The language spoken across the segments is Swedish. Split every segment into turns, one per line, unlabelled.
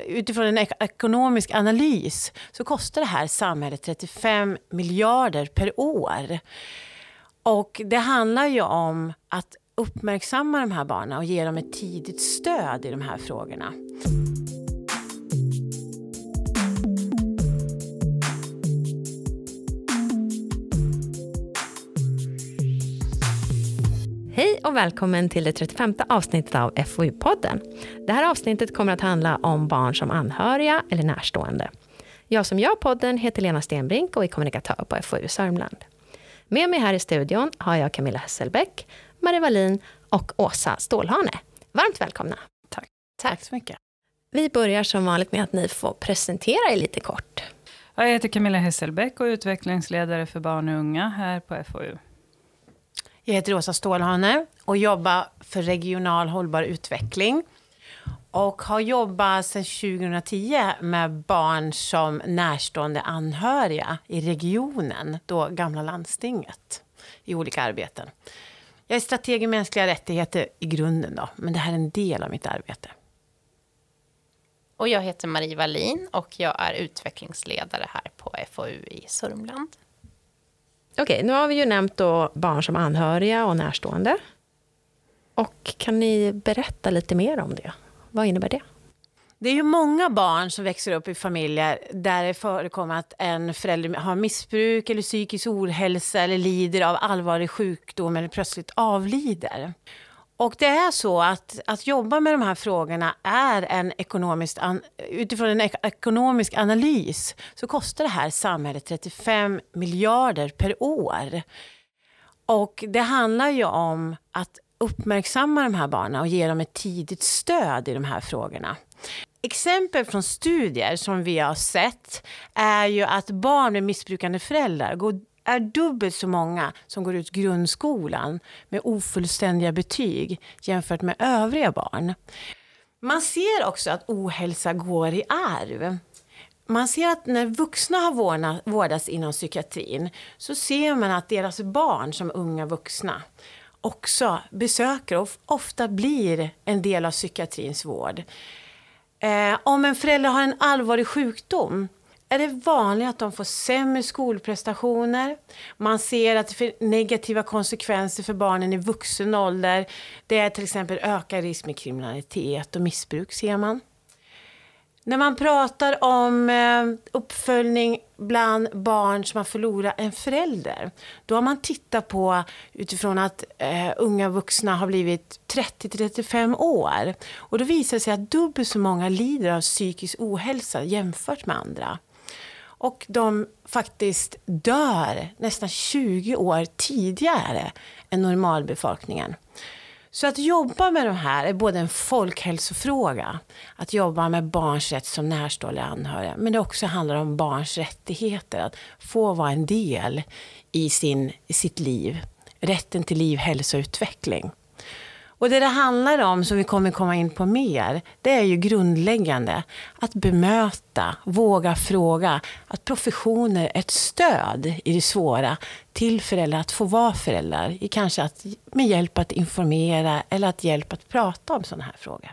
utifrån en ekonomisk analys så kostar det här samhället 35 miljarder per år. Och det handlar ju om att uppmärksamma de här barnen och ge dem ett tidigt stöd i de här frågorna.
Hej och välkommen till det 35:e avsnittet av FoU-podden. Det här avsnittet kommer att handla om barn som anhöriga eller närstående. Jag som gör podden heter Lena Stenbrink och är kommunikatör på FoU Sörmland. Med mig här i studion har jag Camilla Hesselbäck, Marie Wallin och Åsa Stålhane. Varmt välkomna.
Tack så mycket.
Vi börjar som vanligt med att ni får presentera er lite kort.
Jag heter Camilla Hesselbäck och är utvecklingsledare för barn och unga här på FoU.
Jag heter Åsa Stålhane och jobbar för regional hållbar utveckling. Och har jobbat sedan 2010 med barn som närstående anhöriga i regionen, då gamla landstinget, i olika arbeten. Jag är strateg i mänskliga rättigheter i grunden då, men det här är en del av mitt arbete.
Och jag heter Marie Wallin och jag är utvecklingsledare här på FoU i Sörmland.
Okej, nu har vi ju nämnt då barn som anhöriga och närstående. Och kan ni berätta lite mer om det? Vad innebär det?
Det är ju många barn som växer upp i familjer där det förekommer att en förälder har missbruk eller psykisk ohälsa eller lider av allvarlig sjukdom eller plötsligt avlider. Och det är så att jobba med de här frågorna är utifrån en ekonomisk analys så kostar det här samhället 35 miljarder per år. Och det handlar ju om att uppmärksamma de här barnen och ge dem ett tidigt stöd i de här frågorna. Exempel från studier som vi har sett är ju att barn med missbrukande föräldrar är dubbelt så många som går ut grundskolan med ofullständiga betyg jämfört med övriga barn. Man ser också att ohälsa går i arv. Man ser att när vuxna har vårdats inom psykiatrin så ser man att deras barn som unga vuxna också besöker och ofta blir en del av psykiatrins vård. Om en förälder har en allvarlig sjukdom är det vanligt att de får sämre skolprestationer. Man ser att det får negativa konsekvenser för barnen i vuxen ålder. Det är till exempel ökad risk med kriminalitet och missbruk ser man. När man pratar om uppföljning bland barn som har förlorat en förälder, då har man tittat på utifrån att unga vuxna har blivit 30-35 år. Och då visar det sig att dubbelt så många lider av psykisk ohälsa jämfört med andra. Och de faktiskt dör nästan 20 år tidigare än normalbefolkningen. Så att jobba med de här är både en folkhälsofråga, att jobba med barns rätt som närstående anhöriga, men det också handlar om barns rättigheter, att få vara en del i sitt liv, rätten till liv, hälsa och utveckling. Och det handlar om, som vi kommer komma in på mer, det är ju grundläggande att bemöta, våga fråga, att professioner är ett stöd i det svåra till föräldrar att få vara föräldrar, kanske att, med hjälp att informera eller att hjälp att prata om sådana här frågor.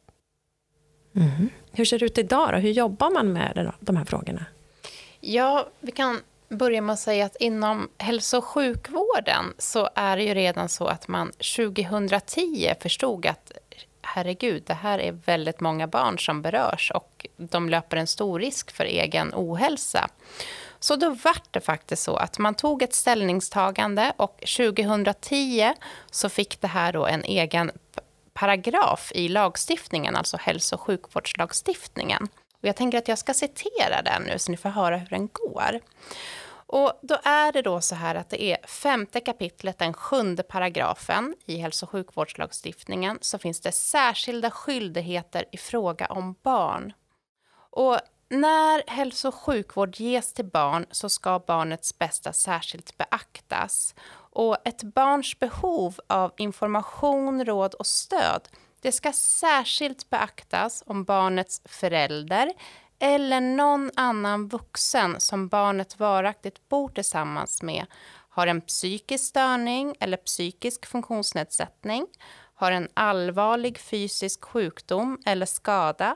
Mm. Hur ser det ut idag då? Hur jobbar man med de här frågorna?
Ja, vi kan börja med att säga att inom hälso- och sjukvården så är det ju redan så att man 2010 förstod att herregud, det här är väldigt många barn som berörs och de löper en stor risk för egen ohälsa. Så då var det faktiskt så att man tog ett ställningstagande och 2010 så fick det här då en egen paragraf i lagstiftningen, alltså hälso- och sjukvårdslagstiftningen. Och jag tänker att jag ska citera den nu så ni får höra hur den går. Och då är det då så här att det är 5:e kapitlet, den 7:e paragrafen i hälso- och sjukvårdslagstiftningen, så finns det särskilda skyldigheter i fråga om barn. Och när hälso- och sjukvård ges till barn så ska barnets bästa särskilt beaktas. Och ett barns behov av information, råd och stöd, det ska särskilt beaktas om barnets förälder eller någon annan vuxen som barnet varaktigt bor tillsammans med har en psykisk störning eller psykisk funktionsnedsättning, har en allvarlig fysisk sjukdom eller skada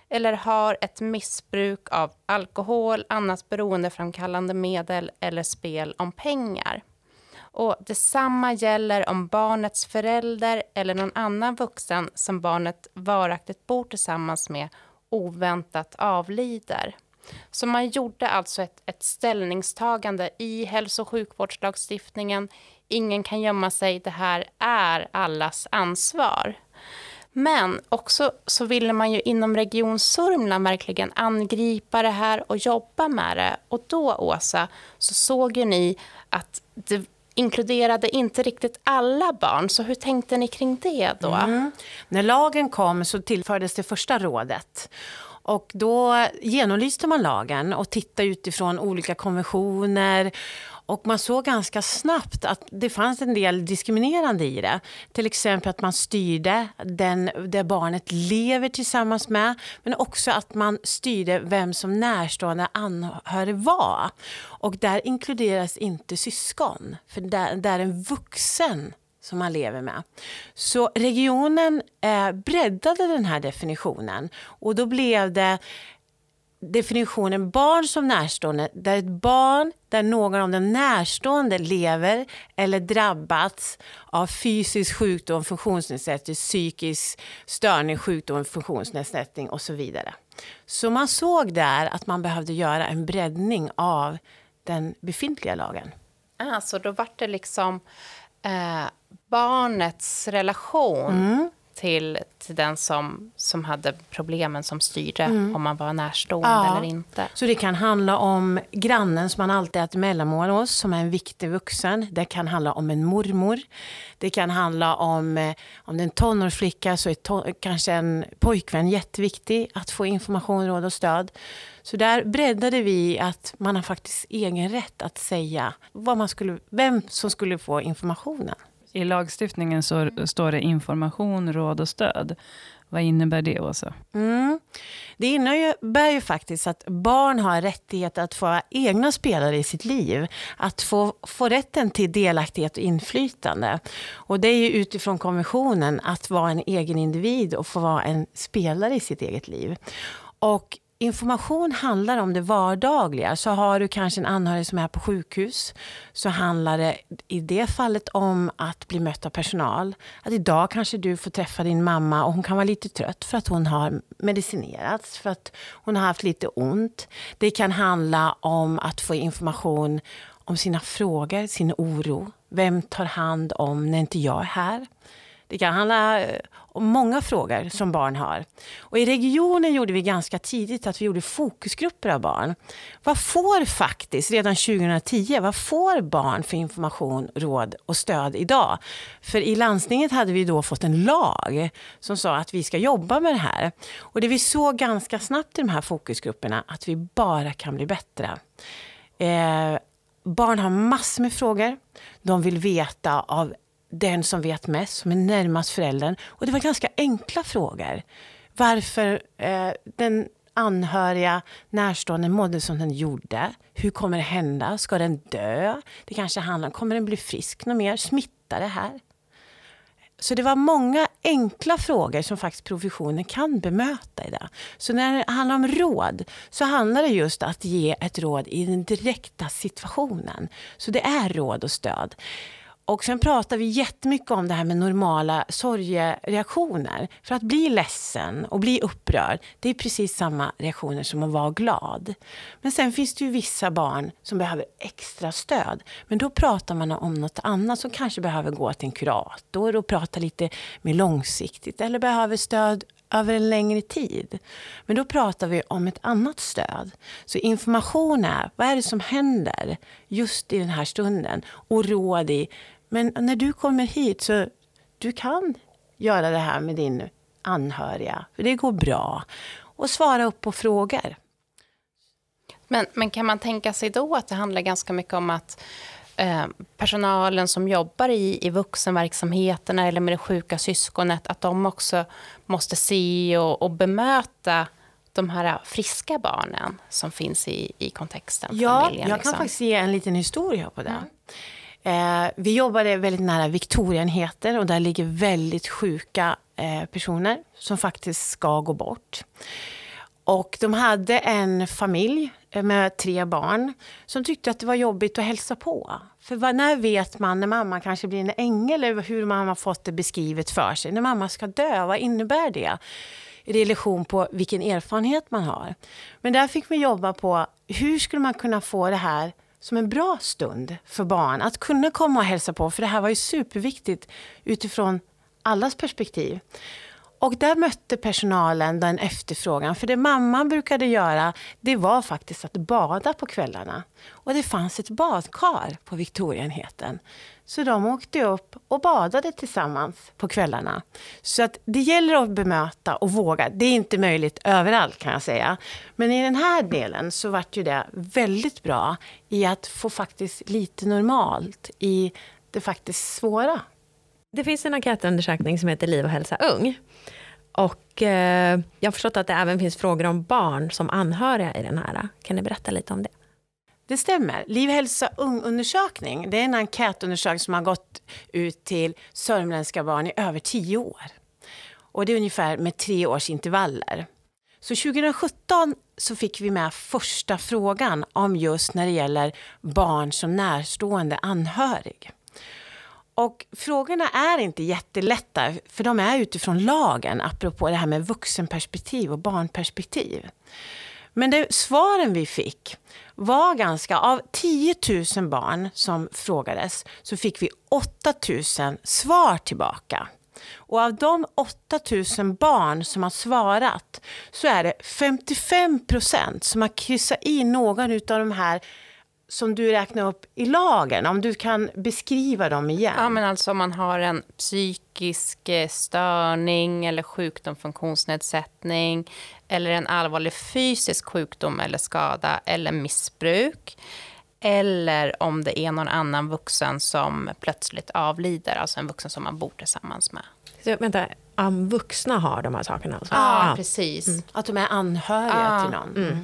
eller har ett missbruk av alkohol, annat beroendeframkallande medel eller spel om pengar. Och detsamma gäller om barnets förälder eller någon annan vuxen som barnet varaktigt bor tillsammans med oväntat avlider. Så man gjorde alltså ett ställningstagande i hälso- och sjukvårdslagstiftningen. Ingen kan gömma sig, det här är allas ansvar. Men också så ville man ju inom Region Sörmland verkligen angripa det här och jobba med det. Och då, Åsa, så såg ju ni att det inkluderade inte riktigt alla barn. Så hur tänkte ni kring det då?
När lagen kom så tillfördes det första rådet. Och då genomlyste man lagen och tittade utifrån olika konventioner. Och man såg ganska snabbt att det fanns en del diskriminerande i det. Till exempel att man styrde det barnet lever tillsammans med. Men också att man styrde vem som närstående anhörig var. Och där inkluderas inte syskon. För där är en vuxen som man lever med. Så regionen breddade den här definitionen. Och då blev det definitionen barn som närstående, där ett barn där någon av de närstående lever eller drabbats av fysisk sjukdom, funktionsnedsättning, psykisk störning, sjukdom, funktionsnedsättning och så vidare. Så man såg där att man behövde göra en breddning av den befintliga lagen.
Så då var det liksom barnets relation till den som hade problemen som styrde om man var närstående eller inte.
Så det kan handla om grannen som man alltid äter mellanmål hos, som är en viktig vuxen. Det kan handla om en mormor. Det kan handla om det är en tonårsflicka så är kanske en pojkvän jätteviktig att få information, råd och stöd. Så där breddade vi att man har faktiskt egen rätt att säga vem som skulle få informationen.
I lagstiftningen så står det information, råd och stöd. Vad innebär det, Åsa?
Det innebär ju faktiskt att barn har rättighet att få egna spelare i sitt liv. Att få rätten till delaktighet och inflytande. Och det är ju utifrån konventionen att vara en egen individ och få vara en spelare i sitt eget liv. Och information handlar om det vardagliga. Så har du kanske en anhörig som är på sjukhus, så handlar det i det fallet om att bli mött av personal. Att idag kanske du får träffa din mamma och hon kan vara lite trött för att hon har medicinerats, för att hon har haft lite ont. Det kan handla om att få information om sina frågor, sin oro. Vem tar hand om när inte jag är här? Det kan handla om många frågor som barn har. Och i regionen gjorde vi ganska tidigt att vi gjorde fokusgrupper av barn. Vad får faktiskt redan 2010, vad får barn för information, råd och stöd idag? För i landstinget hade vi då fått en lag som sa att vi ska jobba med det här. Och det vi såg ganska snabbt i de här fokusgrupperna att vi bara kan bli bättre. Barn har massor med frågor. De vill veta av den som vet mest, som är närmast föräldern. Och det var ganska enkla frågor. Varför den anhöriga närstående mådde som den gjorde. Hur kommer det hända? Ska den dö? Det kanske handlar om, kommer den bli frisk något mer? Smittar det här? Så det var många enkla frågor som faktiskt professionen kan bemöta i det. Så när det handlar om råd så handlar det just att ge ett råd i den direkta situationen. Så det är råd och stöd. Och sen pratar vi jättemycket om det här med normala sorgereaktioner. För att bli ledsen och bli upprörd, det är precis samma reaktioner som att vara glad. Men sen finns det ju vissa barn som behöver extra stöd. Men då pratar man om något annat som kanske behöver gå till en kurator och prata lite mer långsiktigt. Eller behöver stöd över en längre tid. Men då pratar vi om ett annat stöd. Så information är, vad är det som händer just i den här stunden? Och råd i, men när du kommer hit så du kan göra det här med din anhöriga. För det går bra. Och svara upp på frågor.
Men kan man tänka sig då att det handlar ganska mycket om att personalen som jobbar i vuxenverksamheterna eller med det sjuka syskonet, att de också måste se och bemöta de här friska barnen som finns i kontexten.
Ja,
familjen,
jag kan faktiskt ge en liten historia på det. Vi jobbade väldigt nära Victoriaenheter och där ligger väldigt sjuka personer som faktiskt ska gå bort. Och de hade en familj med 3 barn som tyckte att det var jobbigt att hälsa på. För när vet man när mamma kanske blir en ängel eller hur man har fått det beskrivet för sig? När mamma ska dö, vad innebär det? I relation på vilken erfarenhet man har. Men där fick vi jobba på hur skulle man kunna få det här som en bra stund för barn. Att kunna komma och hälsa på, för det här var ju superviktigt utifrån allas perspektiv. Och där mötte personalen den efterfrågan. För det mamman brukade göra, det var faktiskt att bada på kvällarna. Och det fanns ett badkar på Victoriaenheten. Så de åkte upp och badade tillsammans på kvällarna. Så att det gäller att bemöta och våga. Det är inte möjligt överallt kan jag säga. Men i den här delen så var ju det väldigt bra i att få faktiskt lite normalt i det faktiskt svåra.
Det finns en enkätundersökning som heter Liv och hälsa ung. Och jag har förstått att det även finns frågor om barn som anhöriga i den här. Kan ni berätta lite om det?
Det stämmer. Liv, hälsa, ung-undersökning. Det är en enkätundersökning som har gått ut till sörmländska barn i över 10 år. Och det är ungefär med 3 års intervaller. Så 2017 så fick vi med första frågan om just när det gäller barn som närstående anhörig. Och frågorna är inte jättelätta för de är utifrån lagen apropå det här med vuxenperspektiv och barnperspektiv. Men svaren vi fick var ganska, av 10 000 barn som frågades så fick vi 8 000 svar tillbaka. Och av de 8 000 barn som har svarat så är det 55% som har kryssat i någon av de här som du räknar upp i lagen, om du kan beskriva dem igen.
Ja, men alltså om man har en psykisk störning eller sjukdom, funktionsnedsättning eller en allvarlig fysisk sjukdom eller skada eller missbruk, eller om det är någon annan vuxen som plötsligt avlider, alltså en vuxen som man bor tillsammans med.
Så, vänta, vuxna har de här sakerna alltså?
Ja, precis.
Att de är anhöriga till någon.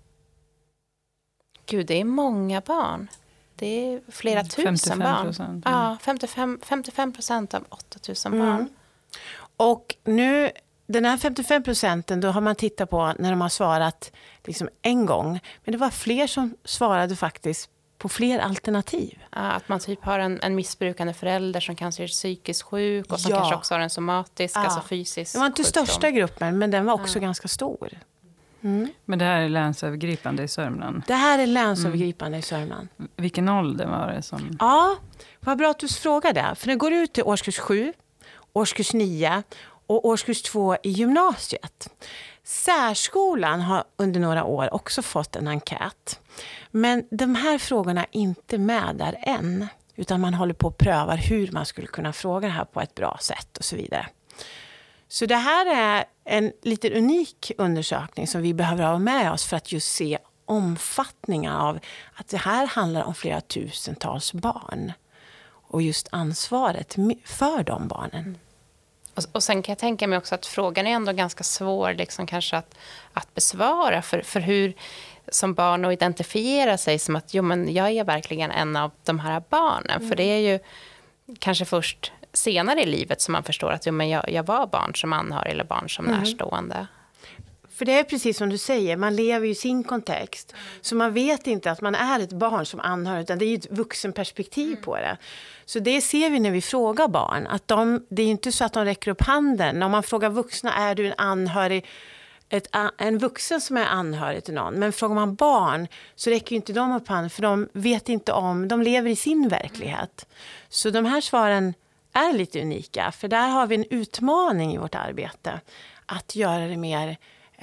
Gud, det är många barn. Det är flera tusen barn.
55%.
Ja, 55% av 8 000 barn.
Och nu, den här 55%, då har man tittat på när de har svarat liksom en gång. Men det var fler som svarade faktiskt på fler alternativ.
Ja, att man typ har en missbrukande förälder som kanske är psykiskt sjuk och som kanske också har en somatisk, alltså fysisk.
Det var inte
sjukdom.
Största gruppen, men den var också ganska stor.
Men det här är länsövergripande i Sörmland.
Det här är länsövergripande i Sörmland.
Vilken ålder var det som...
Ja, vad bra att du frågade. För det går ut till årskurs 7, årskurs 9 och årskurs 2 i gymnasiet. Särskolan har under några år också fått en enkät. Men de här frågorna är inte med där än. Utan man håller på att pröva hur man skulle kunna fråga det här på ett bra sätt och så vidare. Så det här är en lite unik undersökning som vi behöver ha med oss för att just se omfattningen av att det här handlar om flera tusentals barn. Och just ansvaret för de barnen.
Och sen kan jag tänka mig också att frågan är ändå ganska svår liksom kanske att besvara för hur som barn och identifiera sig som att jo, men jag är verkligen en av de här barnen. För det är ju kanske först senare i livet som man förstår att jo, men jag var barn som anhörig eller barn som närstående.
För det är precis som du säger, man lever i sin kontext. Så man vet inte att man är ett barn som anhörig, utan det är ju ett vuxenperspektiv på det. Så det ser vi när vi frågar barn. Att det är inte så att de räcker upp handen. Om man frågar vuxna, är du en anhörig, en vuxen som är anhörig till någon. Men frågar man barn så räcker ju inte de upp handen, för de vet inte om, de lever i sin verklighet. Så de här svaren är lite unika, för där har vi en utmaning i vårt arbete. Att göra det mer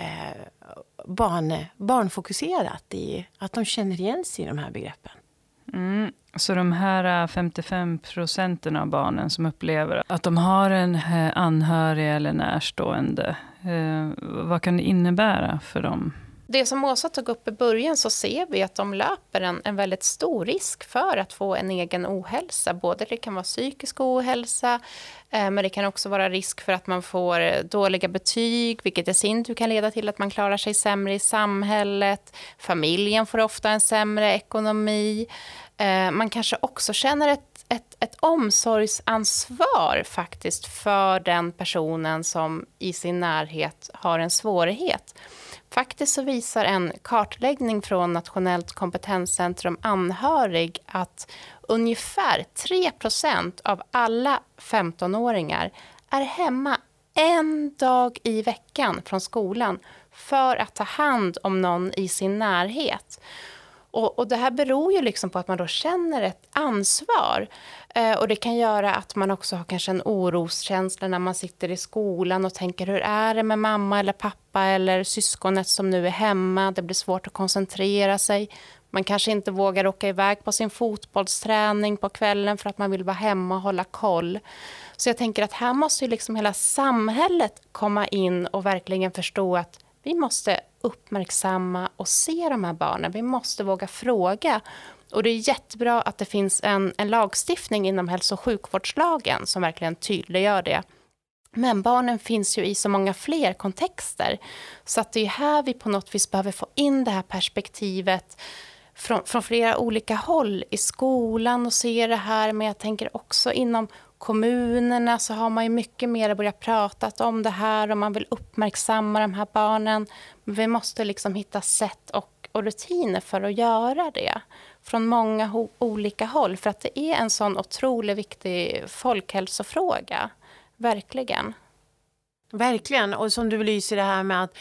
barnfokuserat i att de känner igen sig i de här begreppen.
Så de här 55% av barnen som upplever att de har en anhörig eller närstående, vad kan det innebära för dem?
Det som Åsa tog upp i början, så ser vi att de löper en väldigt stor risk för att få en egen ohälsa. Både det kan vara psykisk ohälsa, men det kan också vara risk för att man får dåliga betyg, vilket i sin tur kan leda till att man klarar sig sämre i samhället. Familjen får ofta en sämre ekonomi. Man kanske också känner ett omsorgsansvar faktiskt för den personen som i sin närhet har en svårighet. Faktiskt så visar en kartläggning från Nationellt kompetenscentrum anhörig att ungefär 3% av alla 15-åringar är hemma en dag i veckan från skolan för att ta hand om någon i sin närhet. Och det här beror ju liksom på att man då känner ett ansvar. Och det kan göra att man också har kanske en oroskänsla när man sitter i skolan och tänker, hur är det med mamma eller pappa eller syskonet som nu är hemma? Det blir svårt att koncentrera sig. Man kanske inte vågar åka iväg på sin fotbollsträning på kvällen för att man vill vara hemma och hålla koll. Så jag tänker att här måste ju liksom hela samhället komma in och verkligen förstå att vi måste uppmärksamma och se de här barnen. Vi måste våga fråga. Och det är jättebra att det finns en lagstiftning inom hälso- och sjukvårdslagen som verkligen tydliggör det. Men barnen finns ju i så många fler kontexter. Så att det är här vi på något vis behöver få in det här perspektivet från flera olika håll i skolan och se det här. Men jag tänker också inom kommunerna så har man ju mycket mer börjat prata om det här och man vill uppmärksamma de här barnen. Men vi måste liksom hitta sätt och rutiner för att göra det från många olika håll. För att det är en sån otroligt viktig folkhälsofråga. Verkligen.
Verkligen. Och som du belyser det här med att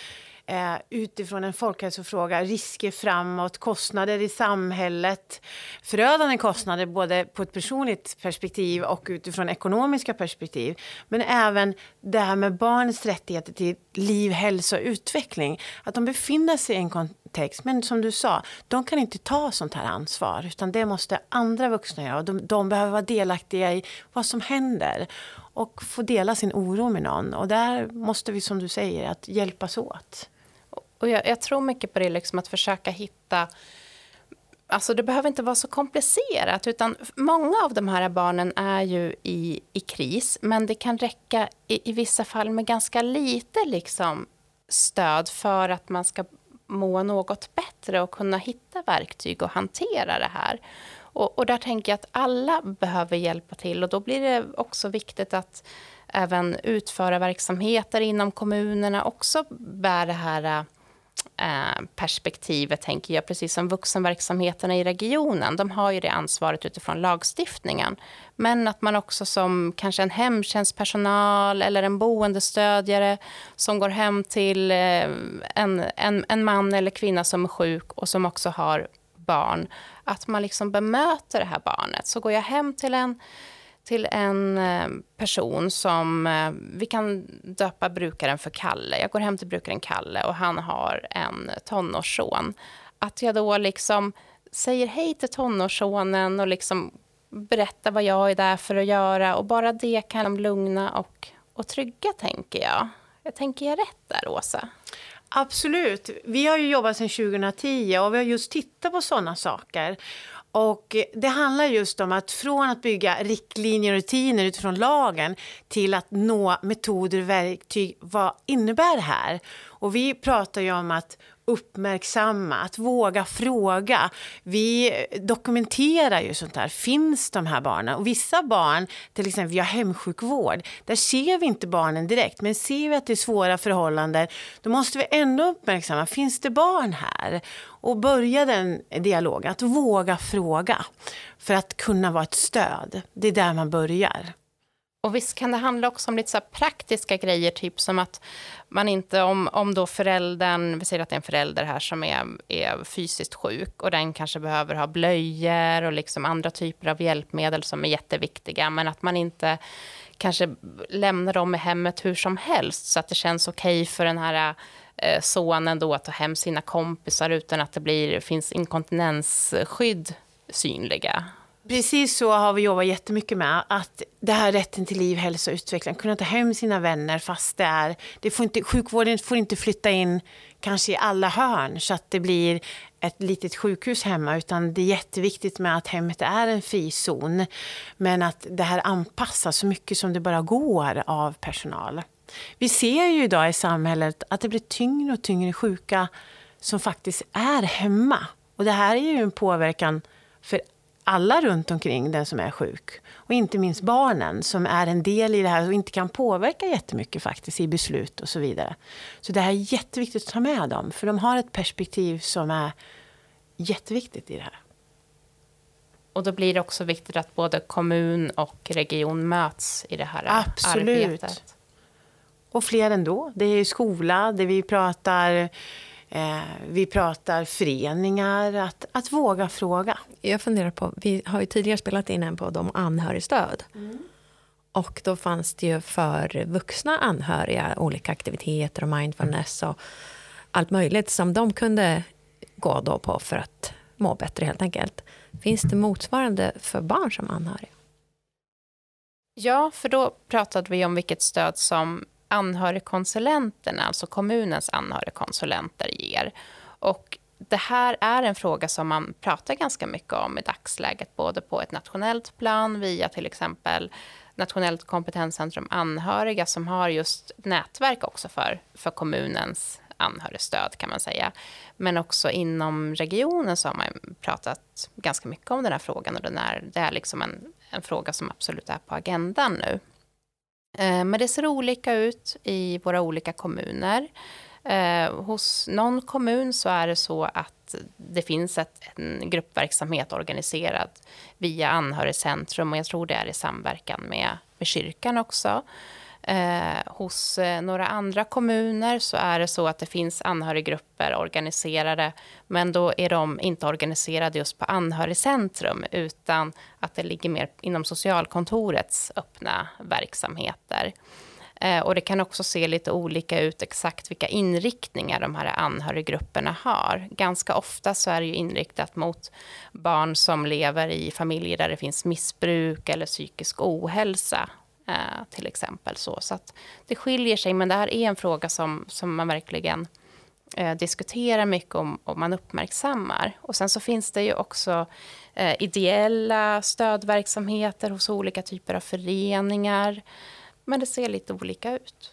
utifrån en folkhälsofråga, risker framåt, kostnader i samhället, förödande kostnader både på ett personligt perspektiv och utifrån ekonomiska perspektiv. Men även det här med barnets rättigheter till liv, hälsa och utveckling. Att de befinner sig i en kontext, men som du sa, de kan inte ta sånt här ansvar utan det måste andra vuxna göra. De behöver vara delaktiga i vad som händer och få dela sin oro med någon. Och där måste vi, som du säger, att hjälpas åt.
Och jag tror mycket på det, liksom att försöka hitta... Alltså det behöver inte vara så komplicerat, utan många av de här barnen är ju i kris. Men det kan räcka i vissa fall med ganska lite liksom stöd för att man ska må något bättre och kunna hitta verktyg och hantera det här. Och där tänker jag att alla behöver hjälpa till, och då blir det också viktigt att även utföra verksamheter inom kommunerna också bär det här perspektivet, tänker jag, precis som vuxenverksamheterna i regionen. De har ju det ansvaret utifrån lagstiftningen. Men att man också som kanske en hemtjänstpersonal eller en boendestödjare som går hem till en man eller kvinna som är sjuk och som också har barn, att man liksom bemöter det här barnet. Så går jag hem till en person som vi kan döpa brukaren för Kalle. Jag går hem till brukaren Kalle och han har en tonårsson. Att jag då liksom säger hej till tonårssonen och liksom berättar vad jag är där för att göra. Och bara det kan de lugna och trygga, tänker jag. Jag tänker jag rätt där, Åsa?
Absolut. Vi har ju jobbat sedan 2010 och vi har just tittat på sådana saker. Och det handlar just om att från att bygga riktlinjer och rutiner utifrån lagen till att nå metoder och verktyg. Vad innebär det här? Och vi pratar ju om att uppmärksamma, att våga fråga. Vi dokumenterar ju sånt här. Finns de här barnen? Och vissa barn, till exempel vi har hemsjukvård, där ser vi inte barnen direkt. Men ser vi att det är svåra förhållanden, då måste vi ändå uppmärksamma. Finns det barn här? Och börja den dialogen, att våga fråga. För att kunna vara ett stöd. Det är där man börjar.
Och visst kan det handla också om lite så här praktiska grejer, typ som att man inte, om då föräldern, vi säger att det är en förälder här som är fysiskt sjuk och den kanske behöver ha blöjor och liksom andra typer av hjälpmedel som är jätteviktiga, men att man inte kanske lämnar dem i hemmet hur som helst så att det känns okej för den här sonen då att ta hem sina kompisar utan att det finns inkontinensskydd synliga.
Precis så har vi jobbat jättemycket med, att det här rätten till liv, hälsa och utveckling, kunna ta hem sina vänner fast sjukvården får inte flytta in kanske i alla hörn så att det blir ett litet sjukhus hemma, utan det är jätteviktigt med att hemmet är en frizon, men att det här anpassas så mycket som det bara går av personal. Vi ser ju idag i samhället att det blir tyngre och tyngre sjuka som faktiskt är hemma, och det här är ju en påverkan för alla runt omkring den som är sjuk. Och inte minst barnen som är en del i det här och inte kan påverka jättemycket faktiskt i beslut och så vidare. Så det här är jätteviktigt att ta med dem. För de har ett perspektiv som är jätteviktigt i det här.
Och då blir det också viktigt att både kommun och region möts i det här
Absolut.
arbetet.
Och fler ändå. Det är ju skola, det vi pratar föreningar, att våga fråga.
Jag funderar på, vi har ju tidigare spelat in en podd om anhörigstöd. Och då fanns det ju för vuxna anhöriga olika aktiviteter och mindfulness och allt möjligt som de kunde gå då på för att må bättre helt enkelt. Finns det motsvarande för barn som anhöriga?
Ja, för då pratade vi om vilket stöd som anhörigkonsulenterna, alltså kommunens anhörigkonsulenter, ger. Och det här är en fråga som man pratar ganska mycket om i dagsläget, både på ett nationellt plan via till exempel Nationellt kompetenscentrum anhöriga som har just nätverk också för kommunens anhörigstöd kan man säga. Men också inom regionen så har man pratat ganska mycket om den här frågan och det är liksom en fråga som absolut är på agendan nu. Men det ser olika ut i våra olika kommuner. Hos någon kommun så är det så att det finns en gruppverksamhet organiserad via anhörigcentrum och jag tror det är i samverkan med kyrkan också. Hos några andra kommuner så är det så att det finns anhöriggrupper organiserade, men då är de inte organiserade just på anhörigcentrum utan att det ligger mer inom socialkontorets öppna verksamheter. Och det kan också se lite olika ut exakt vilka inriktningar de här anhöriggrupperna har. Ganska ofta så är det ju inriktat mot barn som lever i familjer där det finns missbruk eller psykisk ohälsa till exempel. Så att det skiljer sig, men det här är en fråga som man verkligen diskuterar mycket om och man uppmärksammar. Och sen så finns det ju också ideella stödverksamheter hos olika typer av föreningar. Men det ser lite olika ut.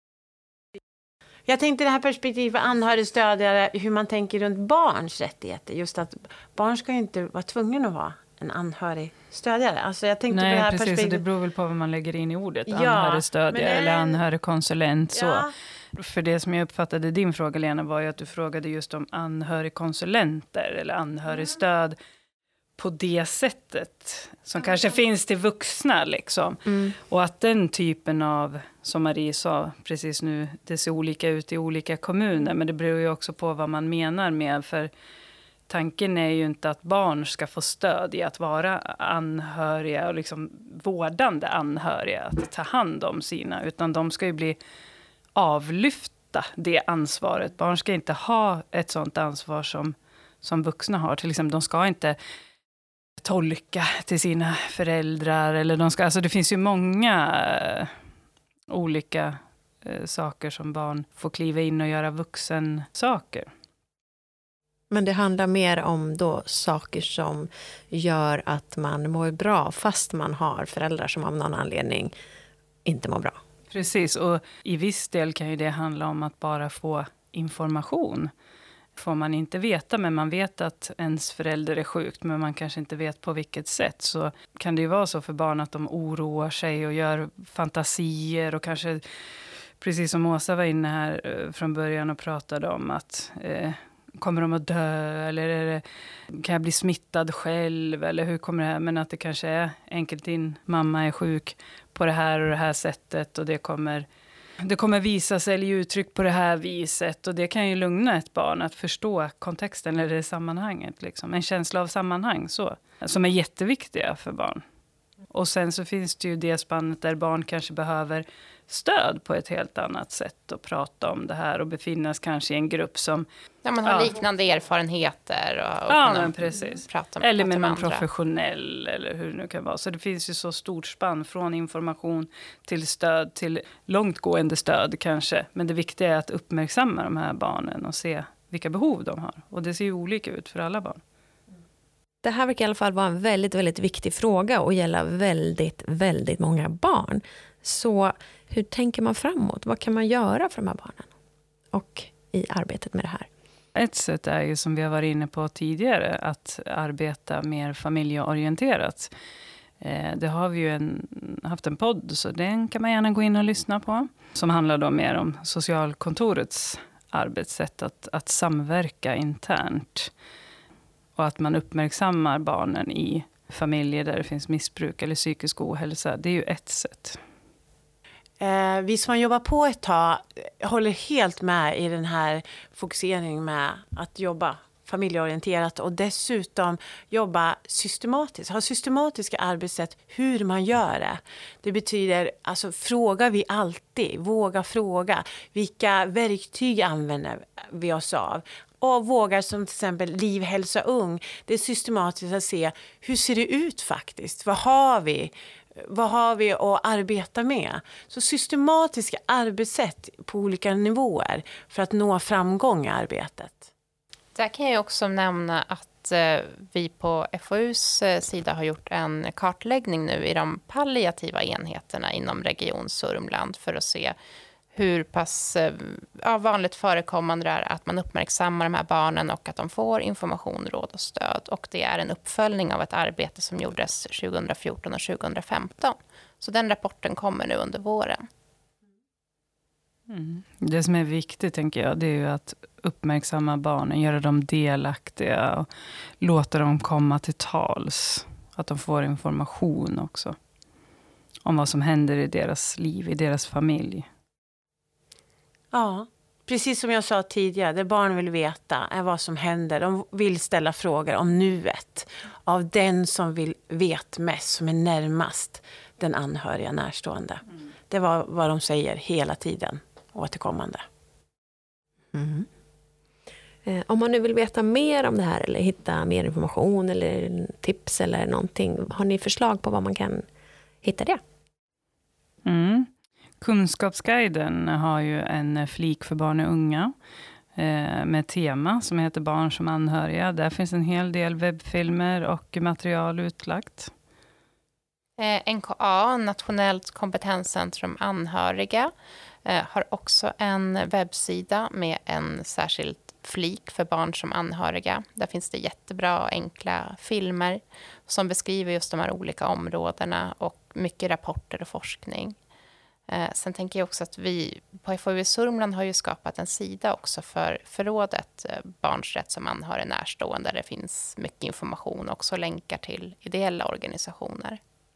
Jag tänkte det här perspektivet anhörigstödjare, hur man tänker runt barns rättigheter. Just att barn ska ju inte vara tvungna att vara en anhörigstödjare. Alltså jag tänkte
Nej,
på det här
precis.
perspektivet.
Det beror väl på vad man lägger in i ordet.
Ja,
anhörigstödjare eller anhörigkonsulent.
Ja.
Så. För det som jag uppfattade din fråga, Lena, var ju att du frågade just om anhörigkonsulenter eller anhörigstöd på det sättet som kanske finns till vuxna liksom. Och att den typen av, som Marie sa precis nu, det ser olika ut i olika kommuner, men det beror ju också på vad man menar med, för tanken är ju inte att barn ska få stöd i att vara anhöriga och liksom vårdande anhöriga, att ta hand om sina, utan de ska ju bli avlyfta det ansvaret. Barn ska inte ha ett sånt ansvar som vuxna har. Till exempel, de ska inte tolka till sina föräldrar eller de ska, alltså det finns ju många olika saker som barn får kliva in och göra vuxen saker.
Men det handlar mer om då saker som gör att man mår bra fast man har föräldrar som av någon anledning inte mår bra.
Precis, och i viss del kan ju det handla om att bara få information. Får man inte veta, men man vet att ens förälder är sjukt, men man kanske inte vet på vilket sätt, så kan det ju vara så för barn att de oroar sig och gör fantasier och kanske, precis som Åsa var inne här från början och pratade om att kommer de att dö eller kan jag bli smittad själv eller hur kommer det här, men att det kanske är enkelt, din mamma är sjuk på det här och det här sättet och det kommer visa sig eller uttryck på det här viset, och det kan ju lugna ett barn att förstå kontexten eller det sammanhanget. Liksom. En känsla av sammanhang så, som är jätteviktiga för barn. Och sen så finns det ju det spannet där barn kanske behöver stöd på ett helt annat sätt och prata om det här och befinnas kanske i en grupp som...
Där man har liknande erfarenheter och
men precis.
Prata
eller med någon
andra.
Professionell eller hur det nu kan vara. Så det finns ju så stort spann från information till stöd till långtgående stöd kanske. Men det viktiga är att uppmärksamma de här barnen och se vilka behov de har. Och det ser ju olika ut för alla barn.
Det här verkar i alla fall vara en väldigt, väldigt viktig fråga och gälla väldigt, väldigt många barn. Så hur tänker man framåt? Vad kan man göra för de här barnen? Och i arbetet med det här?
Ett sätt är ju, som vi har varit inne på tidigare, att arbeta mer familjeorienterat. Det har vi ju haft en podd, så den kan man gärna gå in och lyssna på. Som handlar då mer om socialkontorets arbetssätt, att samverka internt. Och att man uppmärksammar barnen i familjer där det finns missbruk eller psykisk ohälsa. Det är ju ett sätt.
Vi som har jobbat på ett tag håller helt med i den här fokuseringen med att jobba familjeorienterat och dessutom jobba systematiskt. Ha systematiska arbetssätt hur man gör det. Det betyder, alltså frågar vi alltid, våga fråga. Vilka verktyg använder vi oss av? Och vågar som till exempel Liv, hälsa, ung. Det är systematiskt att se hur ser det ut faktiskt? Vad har vi? Vad har vi att arbeta med? Så systematiska arbetssätt på olika nivåer för att nå framgång i arbetet.
Där kan jag också nämna att vi på FoUs sida har gjort en kartläggning nu i de palliativa enheterna inom Region Sörmland för att se hur pass vanligt förekommande det är att man uppmärksammar de här barnen och att de får information, råd och stöd. Och det är en uppföljning av ett arbete som gjordes 2014 och 2015. Så den rapporten kommer nu under våren.
Det som är viktigt, tänker jag, det är ju att uppmärksamma barnen, göra dem delaktiga och låta dem komma till tals. Att de får information också om vad som händer i deras liv, i deras familj.
Ja, precis som jag sa tidigare, det barn vill veta är vad som händer. De vill ställa frågor om nuet av den som vet mest, som är närmast den anhöriga närstående. Det var vad de säger hela tiden, återkommande.
Om man nu vill veta mer om det här eller hitta mer information eller tips eller någonting, har ni förslag på vad man kan hitta det?
Kunskapsguiden har ju en flik för barn och unga med tema som heter Barn som anhöriga. Där finns en hel del webbfilmer och material utlagt.
NKA, Nationellt kompetenscentrum anhöriga, har också en webbsida med en särskild flik för barn som anhöriga. Där finns det jättebra och enkla filmer som beskriver just de här olika områdena och mycket rapporter och forskning. Sen tänker jag också att vi på FoU Sörmland har ju skapat en sida också för rådet Barns rätt som anhörig närstående, där det finns mycket information och också länkar till ideella organisationer.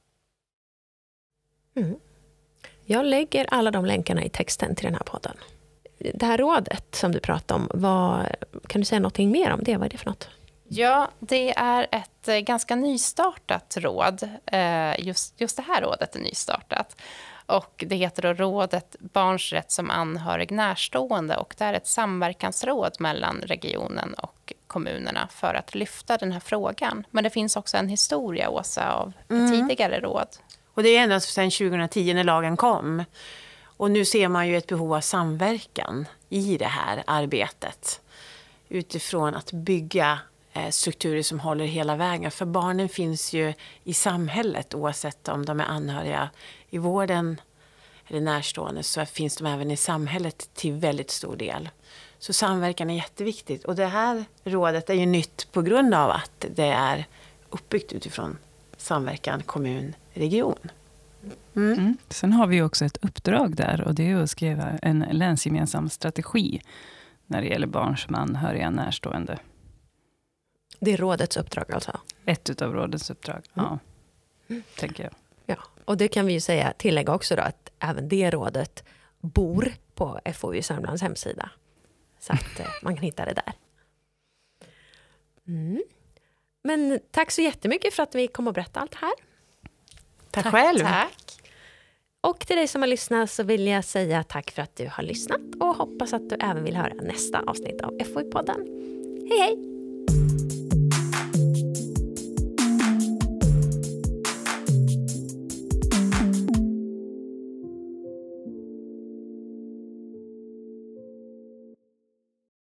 Jag lägger alla de länkarna i texten till den här podden. Det här rådet som du pratade om, kan du säga någonting mer om det? Vad är det för något?
Ja, det är ett ganska nystartat råd. Just det här rådet är nystartat. Och det heter då Rådet Barns rätt som anhörig närstående. Och det är ett samverkansråd mellan regionen och kommunerna för att lyfta den här frågan. Men det finns också en historia, Åsa, av ett tidigare råd. Och
det är endast sedan 2010 när lagen kom. Och nu ser man ju ett behov av samverkan i det här arbetet. Utifrån att bygga strukturer som håller hela vägen. För barnen finns ju i samhället, oavsett om de är anhöriga i vården eller närstående, så finns de även i samhället till väldigt stor del. Så samverkan är jätteviktigt. Och det här rådet är ju nytt på grund av att det är uppbyggt utifrån samverkan kommun-region.
Sen har vi också ett uppdrag där, och det är att skriva en länsgemensam strategi när det gäller barn som anhöriga närstående.
Det är rådets uppdrag alltså?
Ett utav rådets uppdrag, ja. Tänker jag.
Ja, och det kan vi ju tillägga också då, att även det rådet bor på FoU Sörmlands hemsida. Så att man kan hitta det där. Men tack så jättemycket för att vi kom och berätta allt här.
Tack själv.
Tack.
Och till dig som har lyssnat så vill jag säga tack för att du har lyssnat och hoppas att du även vill höra nästa avsnitt av FoU-podden. Hej hej!